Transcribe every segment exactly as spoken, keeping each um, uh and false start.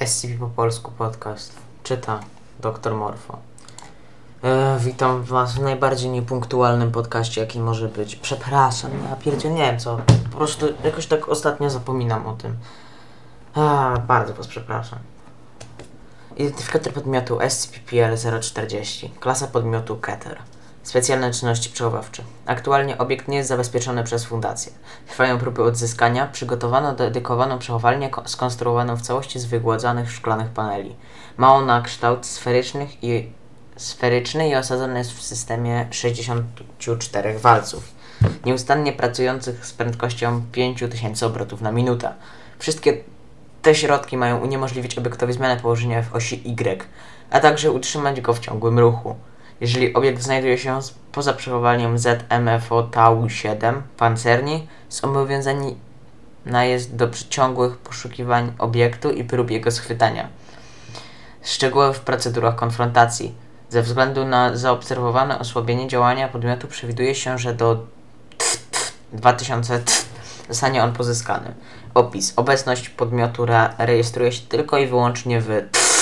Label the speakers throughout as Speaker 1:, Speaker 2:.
Speaker 1: S C P po polsku podcast. Czyta doktor Morfo. E, witam was w najbardziej niepunktualnym podcaście, jaki może być. Przepraszam, ja pierdzie nie wiem co. Po prostu jakoś tak ostatnio zapominam o tym. A, bardzo was przepraszam. Identyfikator podmiotu S C P P L zero czterdzieści. Klasa podmiotu Keter. Specjalne czynności przechowawcze. Aktualnie obiekt nie jest zabezpieczony przez fundację. Trwają próby odzyskania. Przygotowano dedykowaną przechowalnię skonstruowaną w całości z wygładzanych szklanych paneli. Ma ona kształt sferycznych i, sferyczny i osadzony jest w systemie sześćdziesięciu czterech walców, nieustannie pracujących z prędkością pięć tysięcy obrotów na minutę. Wszystkie te środki mają uniemożliwić obiektowi zmianę położenia w osi Y, a także utrzymać go w ciągłym ruchu. Jeżeli obiekt znajduje się poza przechowalnią Z M F O T A U siedem pancerni, zobowiązana jest do ciągłych poszukiwań obiektu i prób jego schwytania. Szczegóły w procedurach konfrontacji. Ze względu na zaobserwowane osłabienie działania podmiotu przewiduje się, że do dwa tysiące zostanie on pozyskany. Opis. Obecność podmiotu re- rejestruje się tylko i wyłącznie w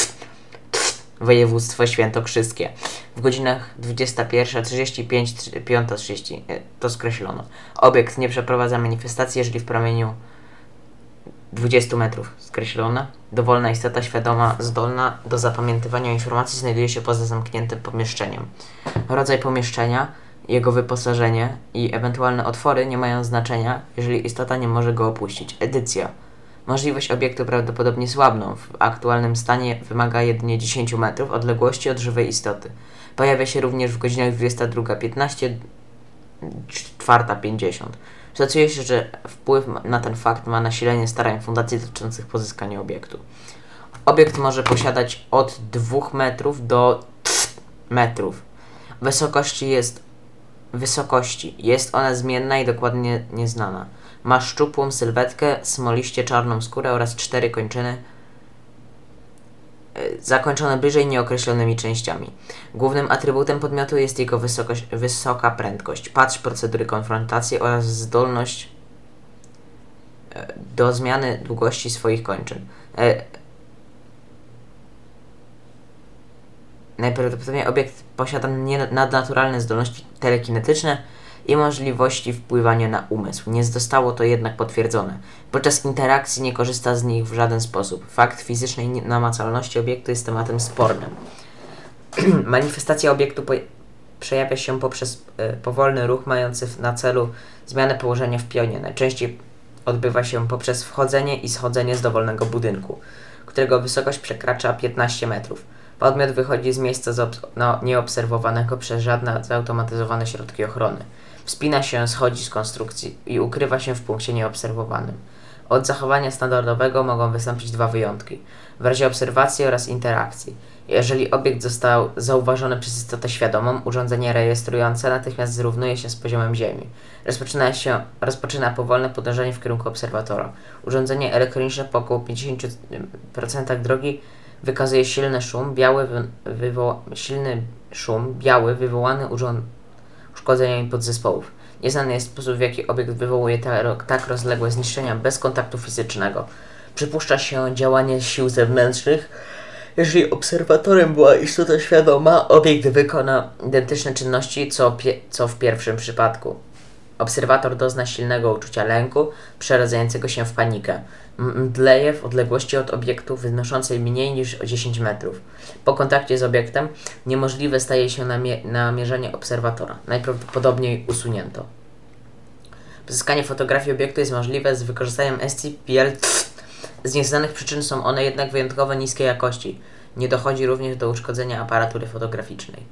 Speaker 1: województwo świętokrzyskie. W godzinach dwudziesta pierwsza trzydzieści pięć, piąta trzydzieści to skreślono. Obiekt nie przeprowadza manifestacji, jeżeli w promieniu dwudziestu metrów skreślona. Dowolna istota świadoma, zdolna do zapamiętywania informacji znajduje się poza zamkniętym pomieszczeniem. Rodzaj pomieszczenia, jego wyposażenie i ewentualne otwory nie mają znaczenia, jeżeli istota nie może go opuścić. Edycja. Możliwość obiektu prawdopodobnie słabną. W aktualnym stanie wymaga jedynie dziesięć metrów odległości od żywej istoty. Pojawia się również w godzinach dwudziesta druga piętnaście, czwarta pięćdziesiąt. Szacuje się, że wpływ na ten fakt ma nasilenie starań fundacji dotyczących pozyskania obiektu. Obiekt może posiadać od dwóch metrów do metrów. Wysokości jest wysokości. Jest ona zmienna i dokładnie nieznana. Ma szczupłą sylwetkę, smoliście czarną skórę oraz cztery kończyny zakończone bliżej nieokreślonymi częściami. Głównym atrybutem podmiotu jest jego wysokość, wysoka prędkość. Patrz procedury konfrontacji oraz zdolność do zmiany długości swoich kończyn. E, najprawdopodobniej obiekt posiada nadnaturalne zdolności telekinetyczne i możliwości wpływania na umysł. Nie zostało to jednak potwierdzone. Podczas interakcji nie korzysta z nich w żaden sposób. Fakt fizycznej namacalności obiektu jest tematem spornym. Manifestacja obiektu po- przejawia się poprzez y, powolny ruch mający na celu zmianę położenia w pionie. Najczęściej odbywa się poprzez wchodzenie i schodzenie z dowolnego budynku, którego wysokość przekracza piętnaście metrów. Podmiot wychodzi z miejsca zaobs- no, nieobserwowanego przez żadne zautomatyzowane środki ochrony. Wspina się, schodzi z konstrukcji i ukrywa się w punkcie nieobserwowanym. Od zachowania standardowego mogą wystąpić dwa wyjątki. W razie obserwacji oraz interakcji. Jeżeli obiekt został zauważony przez istotę świadomą, urządzenie rejestrujące natychmiast zrównuje się z poziomem Ziemi. Rozpoczyna się, rozpoczyna powolne podążanie w kierunku obserwatora. Urządzenie elektroniczne po około pięćdziesiąt procent drogi wykazuje silny szum, biały, wy, wywo- silny szum biały wywołany urząd uszkodzeniami podzespołów. Nieznany jest sposób, w jaki obiekt wywołuje ta, tak rozległe zniszczenia bez kontaktu fizycznego. Przypuszcza się działanie sił zewnętrznych. Jeżeli obserwatorem była istota świadoma, obiekt wykona identyczne czynności co, pie, co w pierwszym przypadku. Obserwator dozna silnego uczucia lęku, przeradzającego się w panikę. Mdleje w odległości od obiektu wynoszącej mniej niż dziesięć metrów. Po kontakcie z obiektem niemożliwe staje się namie- namierzenie obserwatora. Najprawdopodobniej usunięto. Pozyskanie fotografii obiektu jest możliwe z wykorzystaniem S C P L. Z nieznanych przyczyn są one jednak wyjątkowo niskiej jakości. Nie dochodzi również do uszkodzenia aparatury fotograficznej.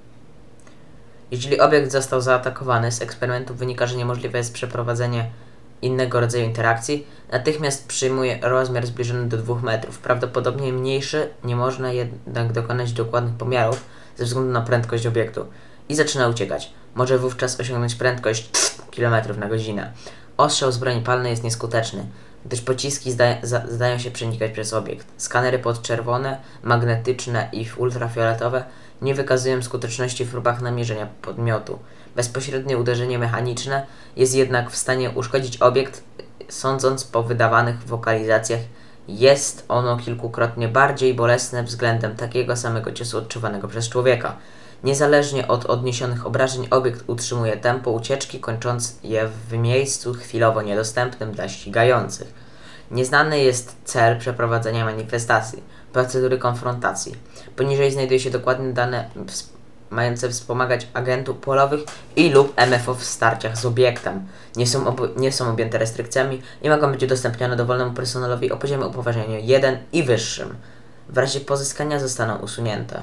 Speaker 1: Jeżeli obiekt został zaatakowany, z eksperymentu wynika, że niemożliwe jest przeprowadzenie innego rodzaju interakcji, natychmiast przyjmuje rozmiar zbliżony do dwóch metrów. Prawdopodobnie mniejszy, nie można jednak dokonać dokładnych pomiarów ze względu na prędkość obiektu i zaczyna uciekać. Może wówczas osiągnąć prędkość kilometrów na godzinę. Ostrzał z broni palnej jest nieskuteczny, gdyż pociski zda- za- zdają się przenikać przez obiekt. Skanery podczerwone, magnetyczne i ultrafioletowe nie wykazują skuteczności w próbach namierzenia podmiotu. Bezpośrednie uderzenie mechaniczne jest jednak w stanie uszkodzić obiekt, sądząc po wydawanych wokalizacjach jest ono kilkukrotnie bardziej bolesne względem takiego samego ciosu odczuwanego przez człowieka. Niezależnie od odniesionych obrażeń, obiekt utrzymuje tempo ucieczki, kończąc je w miejscu chwilowo niedostępnym dla ścigających. Nieznany jest cel przeprowadzenia manifestacji, procedury konfrontacji. Poniżej znajduje się dokładne dane mające wspomagać agentów polowych i lub M F O w starciach z obiektem. Nie są, ob- nie są objęte restrykcjami i mogą być udostępnione dowolnemu personelowi o poziomie upoważnienia jeden i wyższym. W razie pozyskania zostaną usunięte.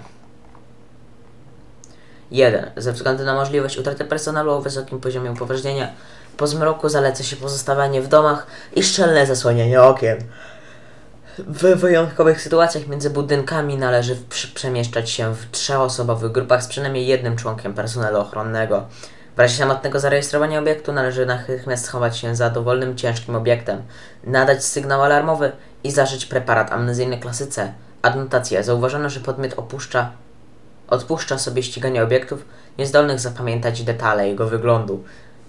Speaker 1: jeden. Ze względu na możliwość utraty personelu o wysokim poziomie upoważnienia, po zmroku zaleca się pozostawanie w domach i szczelne zasłanianie okien. W wyjątkowych sytuacjach między budynkami należy przy- przemieszczać się w trzyosobowych grupach z przynajmniej jednym członkiem personelu ochronnego. W razie samotnego zarejestrowania obiektu należy natychmiast schować się za dowolnym ciężkim obiektem, nadać sygnał alarmowy i zażyć preparat amnezyjny klasy C. Adnotacja. Zauważono, że podmiot opuszcza, odpuszcza sobie ściganie obiektów niezdolnych zapamiętać detale jego wyglądu.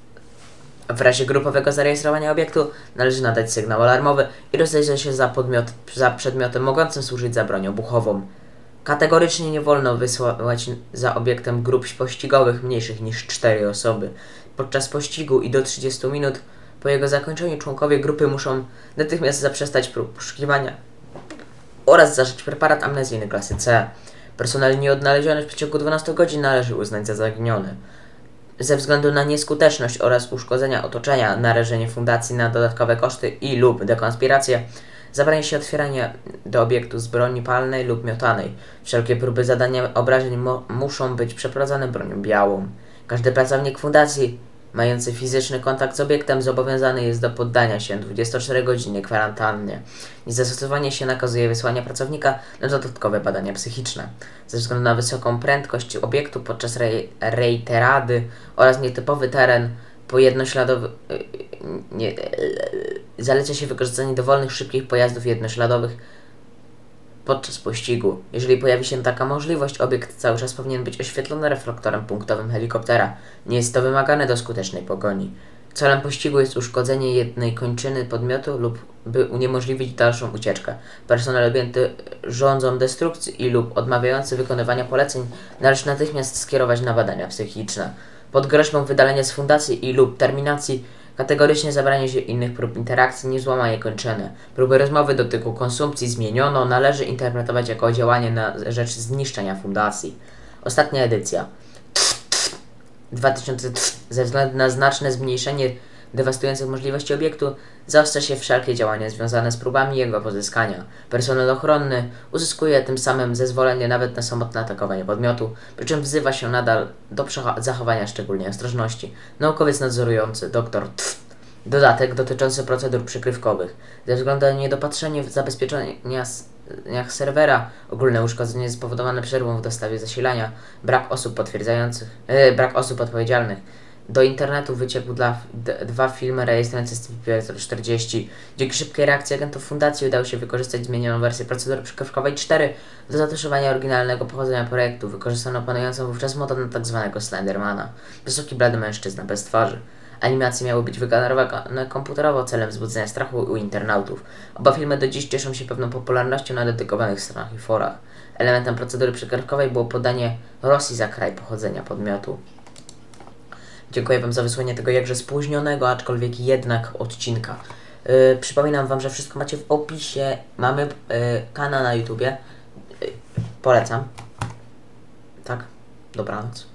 Speaker 1: W razie grupowego zarejestrowania obiektu należy nadać sygnał alarmowy i rozejrzeć się za, podmiot, za przedmiotem mogącym służyć za broń obuchową. Kategorycznie nie wolno wysyłać za obiektem grup pościgowych mniejszych niż cztery osoby. Podczas pościgu i do trzydziestu minut po jego zakończeniu członkowie grupy muszą natychmiast zaprzestać prób poszukiwania oraz zażyć preparat amnezyjny klasy C. Personel nieodnaleziony w przeciągu dwunastu godzin należy uznać za zaginiony. Ze względu na nieskuteczność oraz uszkodzenia otoczenia, narażenie fundacji na dodatkowe koszty i lub dekonspirację, zabrania się otwierania do obiektu z broni palnej lub miotanej. Wszelkie próby zadania obrażeń mo- muszą być przeprowadzane bronią białą. Każdy pracownik fundacji mający fizyczny kontakt z obiektem zobowiązany jest do poddania się dwudziestoczterogodzinnej kwarantannie. Niezastosowanie się nakazuje wysłanie pracownika na dodatkowe badania psychiczne. Ze względu na wysoką prędkość obiektu podczas rej- rejterady oraz nietypowy teren po jednośladowy... Nie, zaleca się wykorzystanie dowolnych, szybkich pojazdów jednośladowych podczas pościgu. Jeżeli pojawi się taka możliwość, obiekt cały czas powinien być oświetlony reflektorem punktowym helikoptera. Nie jest to wymagane do skutecznej pogoni. Celem pościgu jest uszkodzenie jednej kończyny podmiotu lub by uniemożliwić dalszą ucieczkę. Personel objęty rządzą destrukcji i lub odmawiający wykonywania poleceń należy natychmiast skierować na badania psychiczne. Pod groźbą wydalenia z fundacji i lub terminacji kategorycznie zabranie się innych prób interakcji niż złamanie kończyny. Próby rozmowy dotyku konsumpcji zmieniono należy interpretować jako działanie na rzecz zniszczenia fundacji. Ostatnia edycja. dwa tysiące Ze względu na znaczne zmniejszenie dewastujących możliwości obiektu zaostrza się wszelkie działania związane z próbami jego pozyskania. Personel ochronny uzyskuje tym samym zezwolenie nawet na samotne atakowanie podmiotu, przy czym wzywa się nadal do zachowania szczególnej ostrożności. Naukowiec nadzorujący, dr Dodatek dotyczący procedur przykrywkowych. Ze względu na niedopatrzenie w zabezpieczeniach serwera, ogólne uszkodzenie spowodowane przerwą w dostawie zasilania, brak osób potwierdzających, yy, brak osób odpowiedzialnych. Do internetu wyciekł dla d- dwa filmy rejestrujące S C P czterdzieści. Dzięki szybkiej reakcji agentów fundacji udało się wykorzystać zmienioną wersję procedury przykrywkowej cztery do zatuszowania oryginalnego pochodzenia projektu. Wykorzystano panującą wówczas modę na tzw. Slendermana. Wysoki, blady mężczyzna bez twarzy. Animacje miały być wygenerowane komputerowo celem wzbudzenia strachu u internautów. Oba filmy do dziś cieszą się pewną popularnością na dedykowanych stronach i forach. Elementem procedury przykrywkowej było podanie Rosji za kraj pochodzenia podmiotu. Dziękuję Wam za wysłanie tego jakże spóźnionego, aczkolwiek jednak odcinka. Yy, przypominam Wam, że wszystko macie w opisie. Mamy yy, kanał na YouTubie. Yy, polecam. Tak, dobranoc.